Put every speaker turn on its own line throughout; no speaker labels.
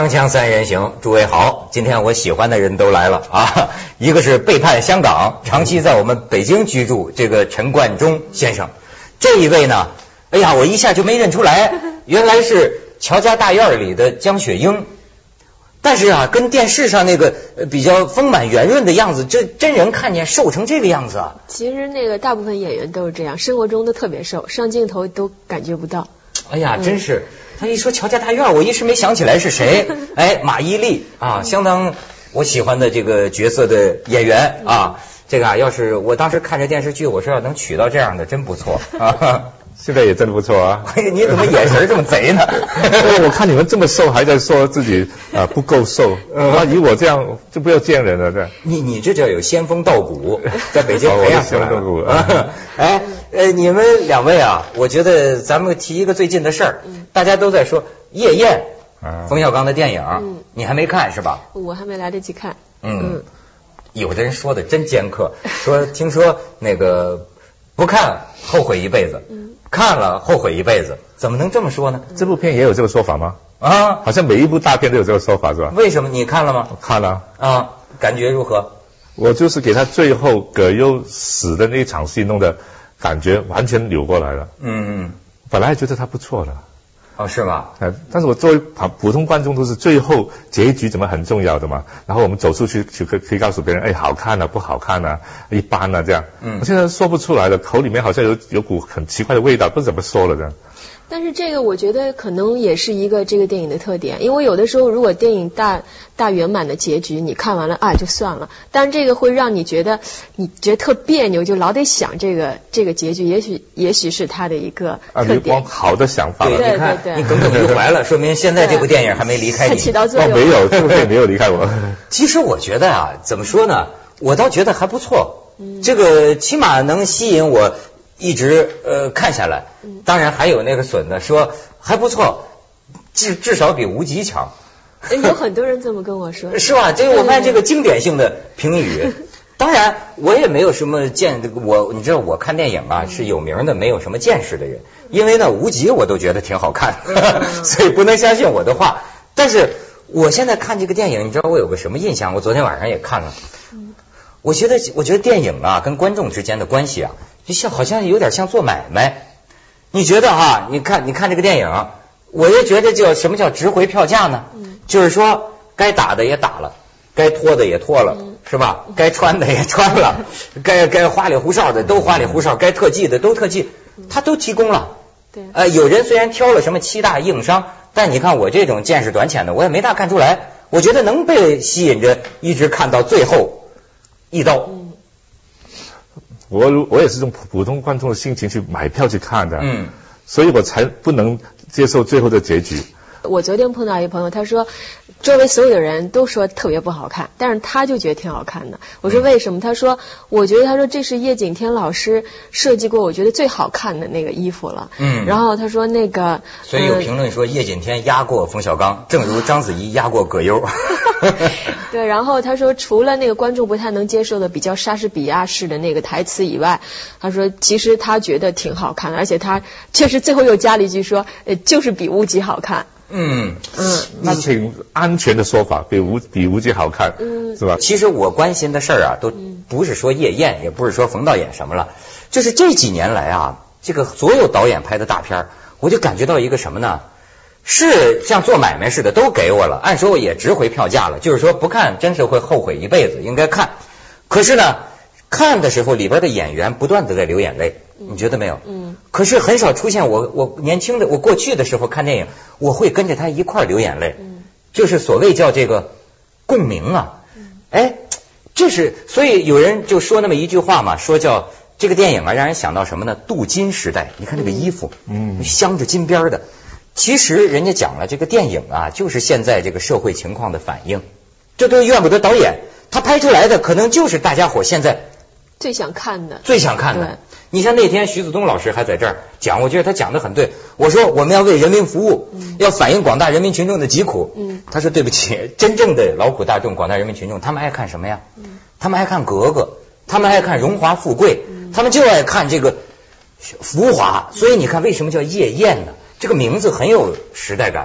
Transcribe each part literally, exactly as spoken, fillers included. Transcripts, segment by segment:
锵锵三人行，诸位好，今天我喜欢的人都来了啊！一个是背叛香港，长期在我们北京居住，这个陈冠中先生。这一位呢，哎呀，我一下就没认出来，原来是乔家大院里的江雪英。但是啊，跟电视上那个比较丰满圆润的样子，这真人看见瘦成这个样子啊。
其实那个大部分演员都是这样，生活中都特别瘦，上镜头都感觉不到。
哎呀，真是。嗯，他一说乔家大院，我一时没想起来是谁。哎，马伊琍啊，相当我喜欢的这个角色的演员啊。这个啊，要是我当时看着电视剧，我说要能娶到这样的，真不错啊。
现在也真的不错啊。
你怎么眼神这么贼呢？
我看你们这么瘦，还在说自己啊、呃、不够瘦。那以我这样就不要见人了，这。
你你这叫有先锋稻谷，在北京培养出来
了。我
啊、哎呃，你们两位啊，我觉得咱们提一个最近的事儿，嗯、大家都在说《夜宴》，啊、冯小刚的电影，嗯、你还没看是吧？
我还没来得及看。
嗯，嗯有的人说的真尖刻，说听说那个不看后悔一辈子。嗯，看了后悔一辈子，怎么能这么说呢？
这部片也有这个说法吗？
啊，
好像每一部大片都有这个说法是吧？
为什么？你看了吗？
我看了。
啊，感觉如何？
我就是给他最后葛优死的那一场戏弄的感觉完全扭过来了。嗯嗯，本来觉得他不错的。
哦，是吗？
呃，但是我作为普通观众都是最后结局怎么很重要的嘛。然后我们走出去就可可以告诉别人，哎，好看啊，不好看啊，一般啊这样。嗯，我现在说不出来了，口里面好像有有股很奇怪的味道，不知怎么说了这样。
但是这个我觉得可能也是一个这个电影的特点，因为有的时候如果电影大大圆满的结局你看完了啊就算了，但是这个会让你觉得你觉得特别扭，就老得想这个这个结局，也许也许是它的一个特点。啊，
你光好的想法了。
对，你看你耿耿于怀了，说明现在这部电影还没离开你。
起到作用。
哦，没有，这部电影没有离开我。
其实我觉得啊，怎么说呢？我倒觉得还不错，嗯、这个起码能吸引我一直呃看下来。当然还有那个损的说还不错，至至少比无极强。
有很多人这么跟我说。
是吧？这个我看这个经典性的评语。当然我也没有什么见我，你知道我看电影啊是有名的没有什么见识的人，因为呢无极我都觉得挺好看，所以不能相信我的话。但是我现在看这个电影，你知道我有个什么印象？我昨天晚上也看了。我觉得我觉得电影啊跟观众之间的关系啊，就像好像有点像做买卖。你觉得哈？你看你看这个电影，我也觉得叫什么叫值回票价呢？嗯、就是说该打的也打了，该脱的也脱了，嗯、是吧？该穿的也穿了，该该花里胡哨的都花里胡哨，该特技的都特技，他都提供了。
对，
呃，有人虽然挑了什么七大硬伤，但你看我这种见识短浅的，我也没大看出来。我觉得能被吸引着，一直看到最后一刀。嗯
我我也是用普通观众的心情去买票去看的，
嗯，
所以我才不能接受最后的结局。
我昨天碰到一个朋友，他说周围所有的人都说特别不好看，但是他就觉得挺好看的。我说为什么？他说我觉得他说这是叶景天老师设计过我觉得最好看的那个衣服了。嗯，然后他说那个，
所以有评论说叶景天压过冯小刚，正如章子怡压过葛优。
对，然后他说除了那个观众不太能接受的比较莎士比亚式的那个台词以外，他说其实他觉得挺好看的，而且他确实最后又加了一句说，呃，就是比无极好看。
嗯
嗯，那挺安全的说法，比无比无极好看，嗯，是吧？
其实我关心的事儿啊，都不是说夜宴，也不是说冯导演什么了，就是这几年来啊，这个所有导演拍的大片，我就感觉到一个什么呢？是像做买卖似的，都给我了，按说我也值回票价了，就是说不看真是会后悔一辈子，应该看。可是呢，看的时候里边的演员不断的在流眼泪。你觉得没有？嗯，可是很少出现我我年轻的我过去的时候看电影，我会跟着他一块流眼泪，嗯，就是所谓叫这个共鸣啊，嗯，哎，这是所以有人就说那么一句话嘛，说叫这个电影啊让人想到什么呢？镀金时代，你看这个衣服，嗯，镶着金边的，其实人家讲了，这个电影啊就是现在这个社会情况的反应，这都怨不得导演，他拍出来的可能就是大家伙现在
最想看的，
最想看的。你像那天徐子东老师还在这儿讲，我觉得他讲得很对。我说我们要为人民服务，嗯、要反映广大人民群众的疾苦。嗯，他说对不起，真正的劳苦大众、广大人民群众，他们爱看什么呀？嗯、他们爱看格格，他们爱看荣华富贵，嗯、他们就爱看这个浮华。所以你看，为什么叫夜宴呢？这个名字很有时代感。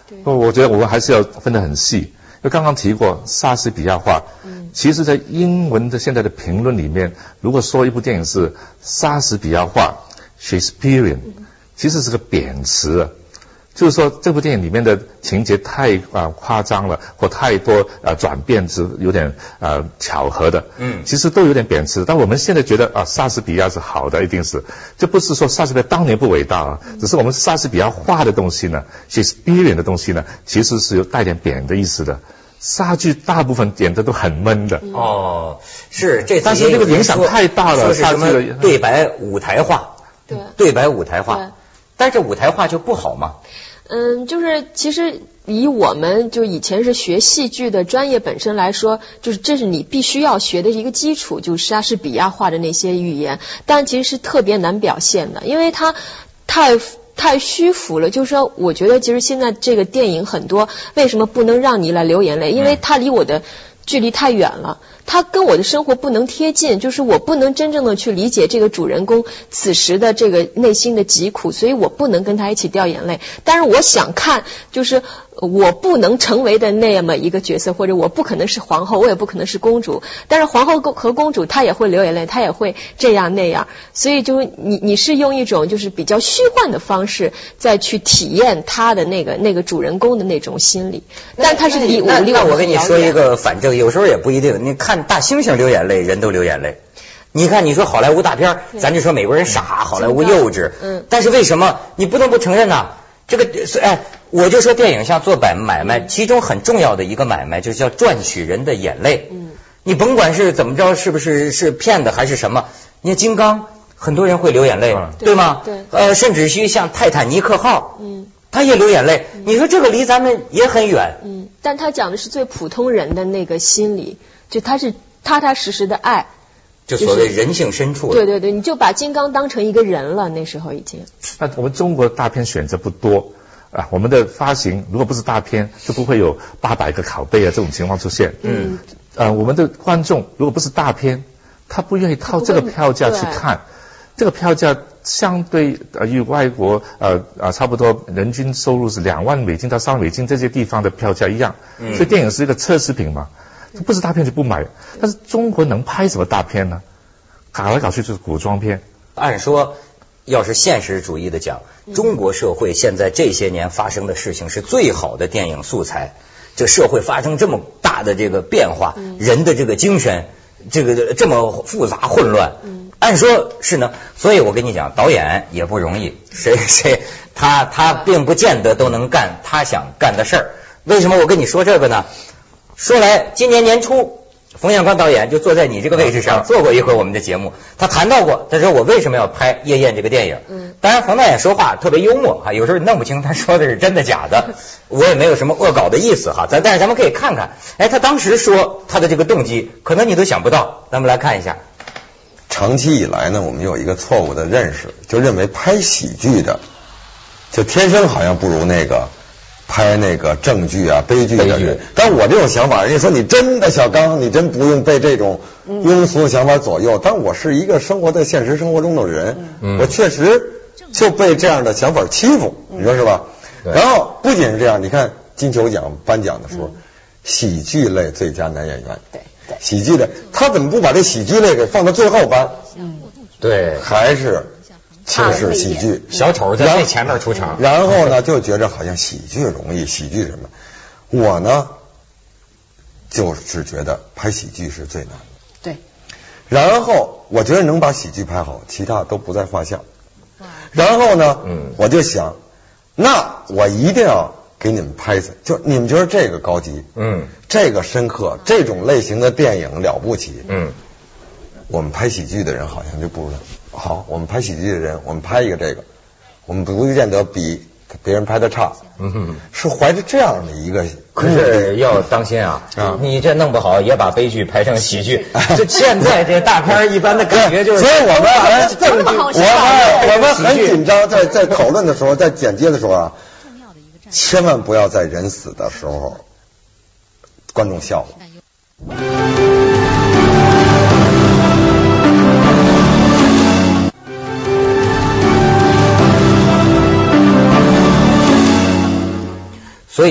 不，我觉得我们还是要分得很细。就刚刚提过莎士比亚化，嗯，其实在英文的现在的评论里面，如果说一部电影是莎士比亚化 Shakespearean，嗯，其实是个贬词，就是说这部电影里面的情节太啊、呃、夸张了，或太多啊、呃、转变是有点啊、呃、巧合的，嗯，其实都有点贬词。但我们现在觉得啊莎士比亚是好的，一定是，这不是说莎士比亚当年不伟大啊，只是我们莎士比亚化的东西呢 ，Shakespearean 的东西呢，其实是有带点贬的意思的。莎剧大部分演的都很闷的。
嗯、哦，是这，
但是这个影响太大了。
说是什么对白舞台化？
对，
对白舞台化。但是舞台化就不好吗？
嗯，就是其实以我们就以前是学戏剧的专业本身来说，就是这是你必须要学的一个基础，就是莎士比亚化的那些语言，但其实是特别难表现的，因为它太太虚浮了。就是说，我觉得其实现在这个电影很多为什么不能让你来流眼泪，因为它离我的距离太远了，它跟我的生活不能贴近，就是我不能真正的去理解这个主人公此时的这个内心的疾苦，所以我不能跟他一起掉眼泪。但是我想看，就是我不能成为的那么一个角色，或者我不可能是皇后，我也不可能是公主，但是皇后和公主她也会流眼泪，她也会这样那样，所以就你你是用一种就是比较虚幻的方式再去体验她的那个那个主人公的那种心理，但她是离我离
那我跟你说一个反正，有时候也不一定。你看大猩猩流眼泪，人都流眼泪。你看，你说好莱坞大片，咱就说美国人傻，好莱坞幼稚。嗯。但是为什么你不得不承认呢？这个哎，我就说电影像做买买卖，其中很重要的一个买卖就叫赚取人的眼泪。嗯。你甭管是怎么着，是不是是骗的还是什么？你看金刚，很多人会流眼泪，嗯、对吗？
对。
呃，甚至于像泰坦尼克号，嗯，他也流眼泪。嗯、你说这个离咱们也很远。
嗯。但他讲的是最普通人的那个心理，就他是踏踏实实的爱。
就所谓人性深处、
就是，对对对，你就把金刚当成一个人了，那时候已经。
那我们中国大片选择不多啊，我们的发行如果不是大片，就不会有八百个拷贝啊这种情况出现。嗯，呃，我们的观众如果不是大片，他不愿意掏这个票价去看，这个票价相对呃与外国呃啊差不多人均收入是两万美金到三万美金这些地方的票价一样，嗯、所以电影是一个奢侈品嘛。不是大片就不买，但是中国能拍什么大片呢？搞来搞去就是古装片。
按说，要是现实主义的讲，中国社会现在这些年发生的事情是最好的电影素材。这社会发生这么大的这个变化，嗯、人的这个精神，这个这么复杂混乱，嗯、按说是呢。所以我跟你讲，导演也不容易，谁谁他他并不见得都能干他想干的事儿。为什么我跟你说这个呢？说来，今年年初，冯小刚导演就坐在你这个位置上做过一回我们的节目，他谈到过，他说我为什么要拍《夜宴》这个电影？嗯，当然冯导演说话特别幽默哈，有时候你弄不清他说的是真的假的，我也没有什么恶搞的意思哈，咱但是咱们可以看看，哎，他当时说他的这个动机，可能你都想不到，咱们来看一下。
长期以来呢，我们有一个错误的认识，就认为拍喜剧的，就天生好像不如那个。拍那个正剧啊、悲剧的人，但我这种想法，人家说你真的小刚，你真不用被这种庸俗的想法左右。但我是一个生活在现实生活中的人，嗯、我确实就被这样的想法欺负，你说是吧？嗯、然后不仅是这样，你看金球奖颁奖的时候，嗯、喜剧类最佳男演员，
对对，
喜剧类，他怎么不把这喜剧类给放到最后颁？
嗯，对，
还是。轻视喜剧，
小丑在最前面出场，
然后呢就觉着好像喜剧容易，喜剧什么？我呢就是觉得拍喜剧是最难的。
对。
然后我觉得能把喜剧拍好，其他都不在话下。然后呢，嗯，我就想，那我一定要给你们拍死，就你们觉得这个高级，嗯，这个深刻，这种类型的电影了不起，嗯，我们拍喜剧的人好像就不知道。好，我们拍喜剧的人，我们拍一个这个，我们不见得比别人拍的差，嗯哼，是怀着这样的一个。
可是要当心啊，啊你这弄不好也把悲剧拍成喜剧。这现在这大片一般的感觉就是，
所以我们很正剧，我们我们很紧张，在在讨论的时候，在剪接的时候啊，千万不要在人死的时候，观众笑。
所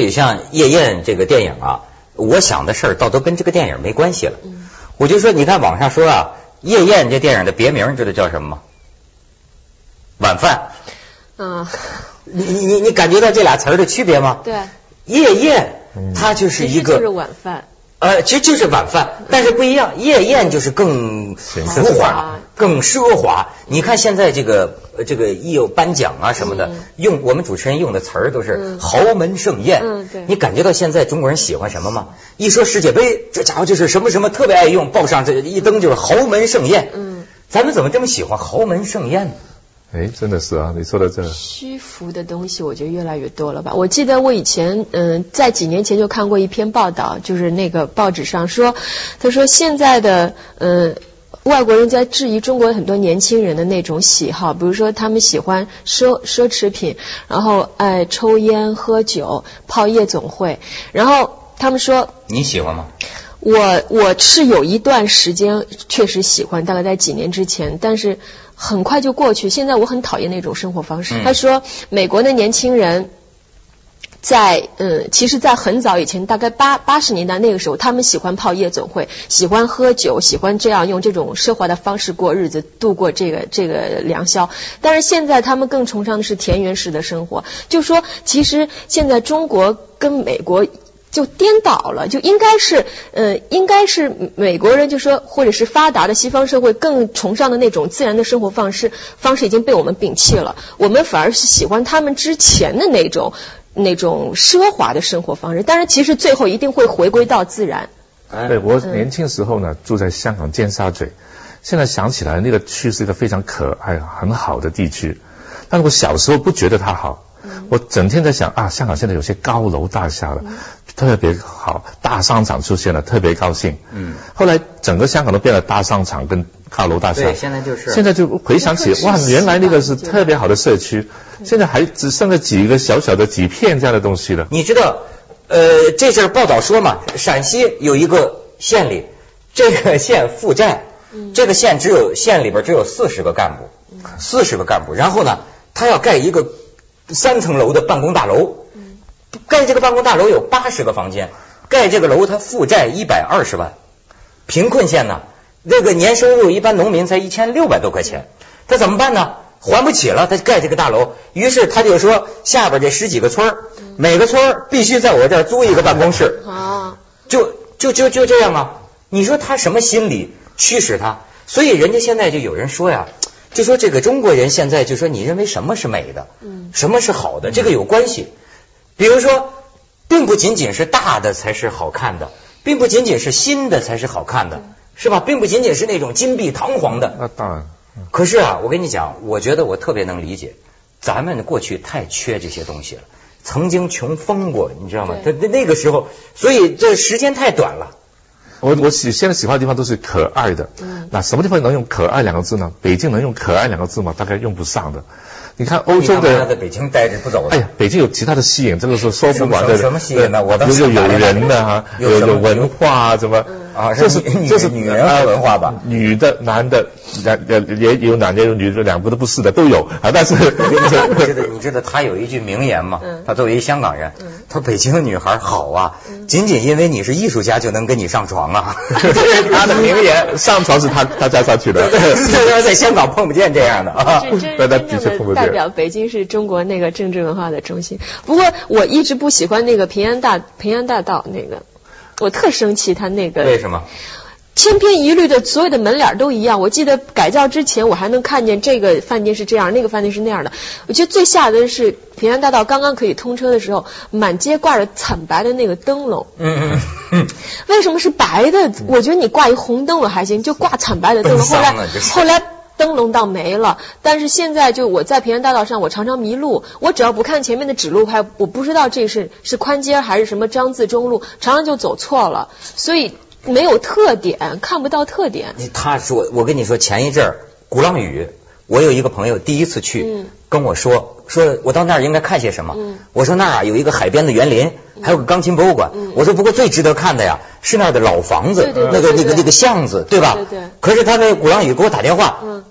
以像夜宴这个电影啊，我想的事儿倒都跟这个电影没关系了。我就说，你看网上说啊，夜宴这电影的别名，你知道叫什么吗？晚饭。
嗯。
你你你你感觉到这俩词儿的区别吗？
对。
夜宴，它就是一个。
就是晚饭。
呃，其实就是晚饭，但是不一样。夜宴就是更浮华、更奢华。你看现在这个这个一有颁奖啊什么的，用我们主持人用的词儿都是豪门盛宴。
嗯，对。
你感觉到现在中国人喜欢什么吗？一说世界杯，这家伙就是什么什么特别爱用，报上这一登就是豪门盛宴。嗯，咱们怎么这么喜欢豪门盛宴呢？
哎，真的是啊，你说的这
虚浮的东西，我觉得越来越多了吧。我记得我以前嗯、呃，在几年前就看过一篇报道，就是那个报纸上说，他说现在的嗯、呃、外国人在质疑中国很多年轻人的那种喜好，比如说他们喜欢奢奢侈品，然后爱抽烟喝酒，泡夜总会，然后他们说
你喜欢吗？
我我是有一段时间确实喜欢，大概在几年之前，但是很快就过去。现在我很讨厌那种生活方式。嗯、他说，美国的年轻人在嗯，其实，在很早以前，大概八八十年代那个时候，他们喜欢泡夜总会，喜欢喝酒，喜欢这样用这种奢华的方式过日子，度过这个这个良宵。但是现在他们更崇尚的是田园式的生活。就说，其实现在中国跟美国就颠倒了，就应该是呃，应该是美国人就说，或者是发达的西方社会更崇尚的那种自然的生活方式方式已经被我们摒弃了，我们反而是喜欢他们之前的那种那种奢华的生活方式，但是其实最后一定会回归到自然。
对，我年轻时候呢、嗯、住在香港尖沙咀，现在想起来那个区是一个非常可爱很好的地区，但是我小时候不觉得它好。我整天在想啊，香港现在有些高楼大厦了，嗯、特别好，大商场出现了，特别高兴。嗯。后来整个香港都变了大商场跟高楼大厦。
对，现在就是。
现在就回想起，哇，原来那个是特别好的社区，现在还只剩下几个小小的几片这样的东西了。
你知道，呃，这阵报道说嘛，陕西有一个县里，这个县负债，嗯、这个县只有县里边只有四十个干部，四十个干部，然后呢，他要盖一个三层楼的办公大楼，盖这个办公大楼有八十个房间，盖这个楼他负债一百二十万，贫困县呢，那个年收入一般农民才一千六百多块钱，他怎么办呢？还不起了，他盖这个大楼，于是他就说下边这十几个村每个村必须在我这儿租一个办公室，就就就就这样啊！你说他什么心理驱使他？所以人家现在就有人说呀。就说这个中国人现在就说你认为什么是美的，嗯，什么是好的，这个有关系。比如说，并不仅仅是大的才是好看的，并不仅仅是新的才是好看的，是吧？并不仅仅是那种金碧堂皇的。
那当然。
可是啊，我跟你讲，我觉得我特别能理解，咱们过去太缺这些东西了，曾经穷疯过，你知道吗？那那个时候，所以这时间太短了。
我我喜现在喜欢的地方都是可爱的，嗯，那什么地方能用可爱两个字呢？北京能用可爱两个字吗？大概用不上的。你看欧洲的，
在北京待着不走了。
哎呀，北京有其他的吸引，这个是说不完的。
什么吸引呢？我
有有有人的哈，有有文化啊，怎么
啊？这是这是女人和文化吧？
女的、男的，也也有男的有女的，两个都不是的都有啊。但是你
知道你知道他有一句名言吗？他作为一香港人，他说北京的女孩好啊，仅仅因为你是艺术家就能跟你上床啊。这是他的名言，
上床是他他加上去的。
对，在香港碰不见这样的啊。
那他的确碰不见。
代表北京是中国那个政治文化的中心。不过我一直不喜欢那个平安大平安大道那个，我特生气他那个。
为什么？
千篇一律的，所有的门脸都一样。我记得改造之前，我还能看见这个饭店是这样，那个饭店是那样的。我觉得最吓人的是平安大道刚刚可以通车的时候，满街挂着惨白的那个灯笼。嗯嗯嗯。为什么是白的？我觉得你挂一红灯笼还行，就挂惨白的灯笼。后来后来灯笼倒没了，但是现在就我在平安大道上，我常常迷路。我只要不看前面的指路牌，我不知道这是是宽街还是什么张自忠路，常常就走错了。所以。没有特点，看不到特点。
他说，我跟你说，前一阵儿鼓浪屿，我有一个朋友第一次去，嗯、跟我说，说我到那儿应该看些什么。嗯、我说那儿啊有一个海边的园林，还有个钢琴博物馆。嗯、我说不过最值得看的呀是那儿的老房子，
对对对
那个那个那个巷子，对吧？
对对。
可是他那鼓浪屿给我打电话，嗯、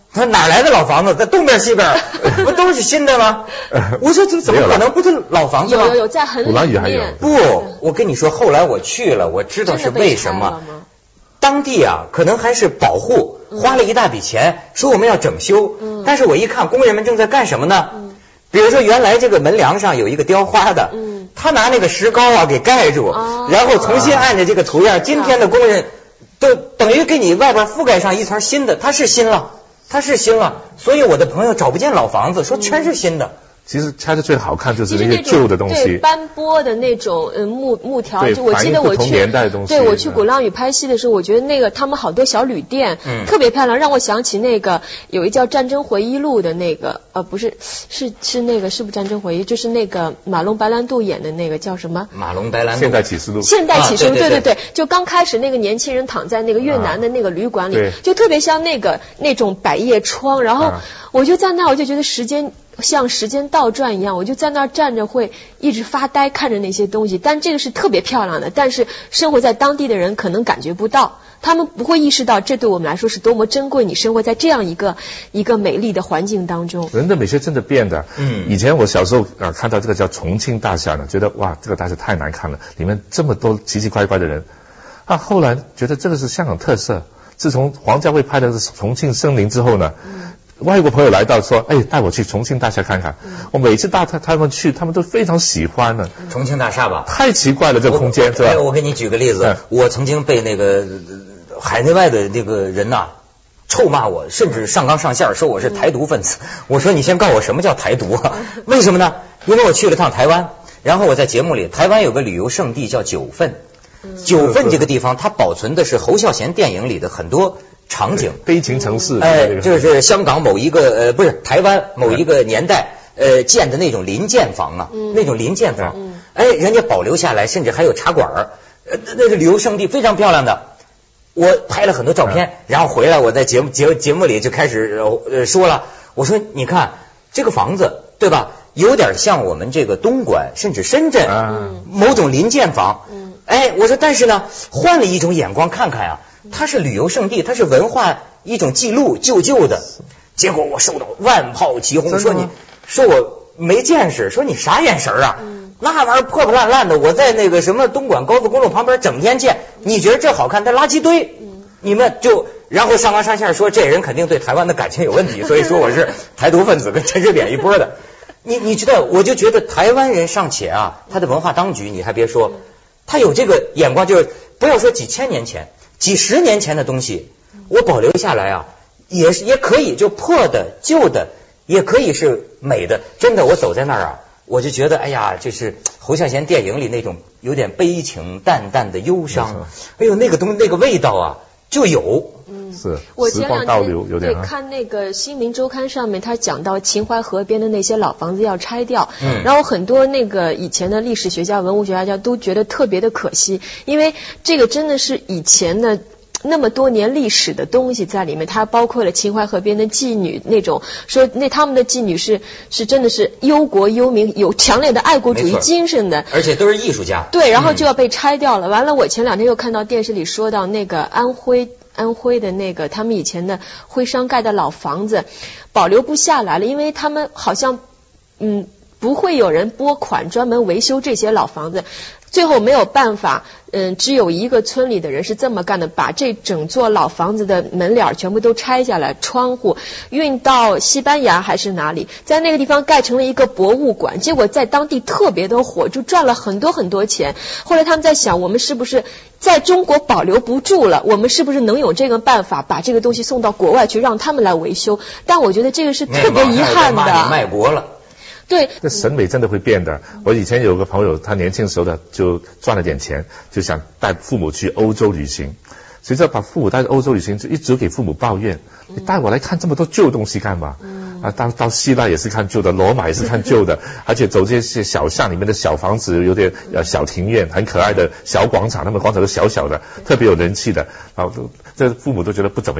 他哪来的老房子？在东边西边不都是新的吗？我说这怎么可能不是老房子吗？
有有有，在很里面。
不，我跟你说，后来我去了，我知道是为什么。当地啊，可能还是保护，花了一大笔钱，说我们要整修。嗯、但是我一看，工人们正在干什么呢？嗯、比如说，原来这个门梁上有一个雕花的，嗯、他拿那个石膏啊给盖住，哦、然后重新按着这个图样。今天的工人都等于给你外边覆盖上一层新的，它是新了，它是新了。所以我的朋友找不见老房子，说全是新的。嗯
其实拆的最好看就是那些旧的东西，
对斑驳的那种嗯木木条，就我记得我去对我去鼓浪屿拍戏的时候，我觉得那个他们好多小旅店、嗯、特别漂亮，让我想起那个有一叫《战争回忆录》的那个呃不是是是那个是不是《战争回忆》就是那个马龙白兰度演的那个叫什么？
马龙白兰度。
现代启示录。
现代启示录，
啊、对,
对对对，就刚开始那个年轻人躺在那个越南的那个旅馆里，啊、就特别像那个那种百叶窗，然后我就在那我就觉得时间。像时间倒转一样，我就在那儿站着会一直发呆看着那些东西，但这个是特别漂亮的，但是生活在当地的人可能感觉不到，他们不会意识到这对我们来说是多么珍贵，你生活在这样一个一个美丽的环境当中。
人的美学真的变的。嗯，以前我小时候啊看到这个叫重庆大厦呢，觉得哇这个大厦太难看了，里面这么多奇奇怪怪的人，啊后来觉得这个是香港特色。自从黄家卫拍的重庆森林之后呢，嗯外国朋友来到说，哎，带我去重庆大厦看看。嗯、我每次带他他们去，他们都非常喜欢的。
重庆大厦吧，
太奇怪了，这个空间是吧？
我给你举个例子，嗯、我曾经被那个海内外的那个人呐、啊、臭骂我，甚至上纲上线说我是台独分子。嗯、我说你先告诉我什么叫台独啊？为什么呢？因为我去了趟台湾，然后我在节目里，台湾有个旅游胜地叫九份，嗯、九份这个地方它保存的是侯孝贤电影里的很多。场景
悲情城市，
哎、呃，就是香港某一个呃，不是台湾某一个年代呃建的那种临建房啊，嗯、那种临建房，嗯、哎，人家保留下来，甚至还有茶馆儿，呃，那个旅游胜地非常漂亮的。我拍了很多照片，嗯、然后回来我在节目节节目里就开始呃说了，我说你看这个房子对吧，有点像我们这个东莞甚至深圳、嗯、某种临建房，嗯、哎，我说但是呢，换了一种眼光看看呀、啊。它是旅游胜地，它是文化一种记录，旧旧的。结果我受到万炮齐轰，说你说我没见识，说你啥眼神啊？嗯、那玩意儿破破烂烂的，我在那个什么东莞高速公路旁边整天见，你觉得这好看？它垃圾堆，嗯、你们就然后上纲上线说这人肯定对台湾的感情有问题，所以说我是台独分子，跟陈水扁一波的。你你知道，我就觉得台湾人尚且啊，他的文化当局你还别说，他有这个眼光，就是不要说几千年前。几十年前的东西，我保留下来啊，也是也可以，就破的、旧的，也可以是美的。真的，我走在那儿啊，我就觉得，哎呀，就是侯孝贤电影里那种有点悲情、淡淡的忧伤，哎呦，那个东那个味道啊，就有。
嗯，是。
我前两
天对
看那个《新民周刊》上面，他讲到秦淮河边的那些老房子要拆掉，嗯，然后很多那个以前的历史学家、文物学家都觉得特别的可惜，因为这个真的是以前的。那么多年历史的东西在里面，它包括了秦淮河边的妓女那种，说那他们的妓女是是真的是忧国忧民，有强烈的爱国主义精神的，
而且都是艺术家。
对，然后就要被拆掉了。嗯、完了，我前两天又看到电视里说到那个安徽安徽的那个他们以前的徽商盖的老房子保留不下来了，因为他们好像嗯不会有人拨款专门维修这些老房子。最后没有办法，嗯，只有一个村里的人是这么干的，把这整座老房子的门脸全部都拆下来，窗户运到西班牙还是哪里，在那个地方盖成了一个博物馆，结果在当地特别的火，就赚了很多很多钱。后来他们在想，我们是不是在中国保留不住了，我们是不是能有这个办法把这个东西送到国外去，让他们来维修？但我觉得这个是特别遗憾的。
骂你卖国了。
对，
这审美真的会变的。我以前有个朋友，他年轻时候的就赚了点钱，就想带父母去欧洲旅行。谁知道把父母带到欧洲旅行，就一直给父母抱怨：嗯、你带我来看这么多旧东西干嘛？嗯、啊，到到希腊也是看旧的，罗马也是看旧的，而且走这些小巷里面的小房子，有点呃小庭院，很可爱的小广场，他们广场都小小的，特别有人气的，然后这父母都觉得不怎么样。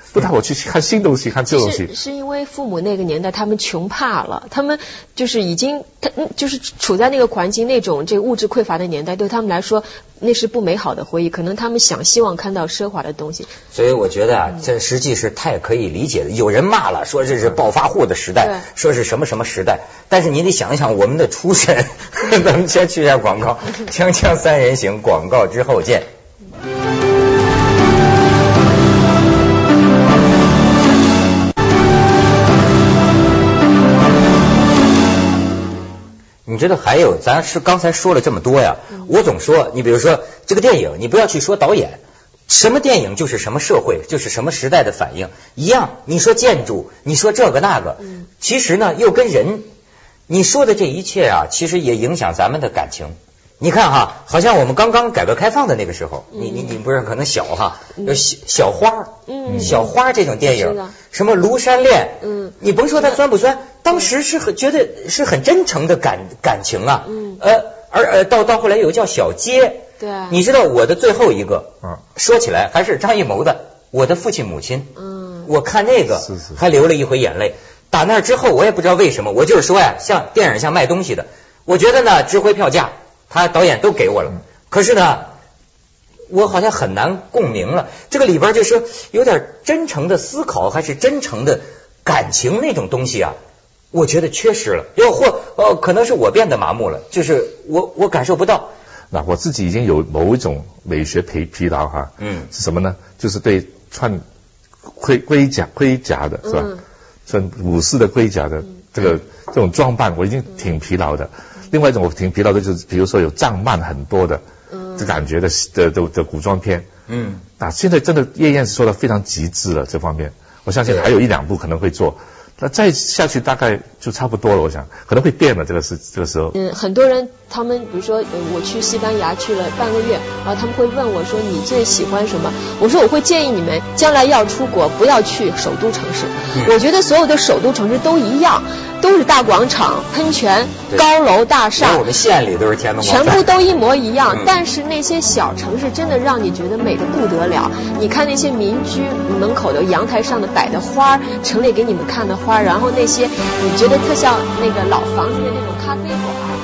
不带我去看新东西，看旧东西。
是是因为父母那个年代他们穷怕了，他们就是已经他就是处在那个环境那种这个物质匮乏的年代，对他们来说那是不美好的回忆，可能他们想希望看到奢华的东西。
所以我觉得啊，这实际是太可以理解的。有人骂了，说这是暴发户的时代，说是什么什么时代，但是你得想一想我们的出身。咱们先去一下广告，锵锵三人行，广告之后见。你知道还有，咱是刚才说了这么多呀，我总说，你比如说这个电影，你不要去说导演，什么电影就是什么社会，就是什么时代的反应一样。你说建筑，你说这个那个，其实呢又跟人，你说的这一切啊，其实也影响咱们的感情。你看哈，好像我们刚刚改革开放的那个时候，嗯、你你你不是可能小哈，有、嗯、小小花，嗯，小花这种电影，什么庐山恋，嗯，你甭说它酸不酸，当时是很觉得是很真诚的感感情啊，嗯，呃，而呃到到后来有个叫小街，
对，
你知道我的最后一个，嗯，说起来还是张艺谋的《我的父亲母亲》，嗯，我看那个还流了一回眼泪。打那之后，我也不知道为什么，我就是说呀，像电影像卖东西的，我觉得呢值回票价。他导演都给我了，可是呢，我好像很难共鸣了。这个里边就是有点真诚的思考，还是真诚的感情那种东西啊，我觉得缺失了。又或呃，可能是我变得麻木了，就是我我感受不到。
那我自己已经有某一种美学疲疲劳哈，嗯，是什么呢？就是对穿盔盔甲盔甲的是吧？穿武士的盔甲的这个这种装扮，我已经挺疲劳的。另外一种我挺疲劳的就是，比如说有藏漫很多的，嗯，这感觉的的的的古装片，嗯，那现在真的夜宴是做的非常极致了这方面，我相信还有一两部可能会做，那再下去大概就差不多了，我想可能会变了这个是这个时候。
嗯，很多人他们比如说、呃、我去西班牙去了半个月，然后他们会问我说你最喜欢什么？我说我会建议你们将来要出国不要去首都城市，嗯、我觉得所有的首都城市都一样。都是大广场、喷泉、高楼大厦，
我们县里都是天安门广
场，全部都一模一样。嗯、但是那些小城市真的让你觉得美得不得了。你看那些民居门口的阳台上的摆的花，陈列给你们看的花，然后那些你觉得特像那个老房子的那种咖啡馆。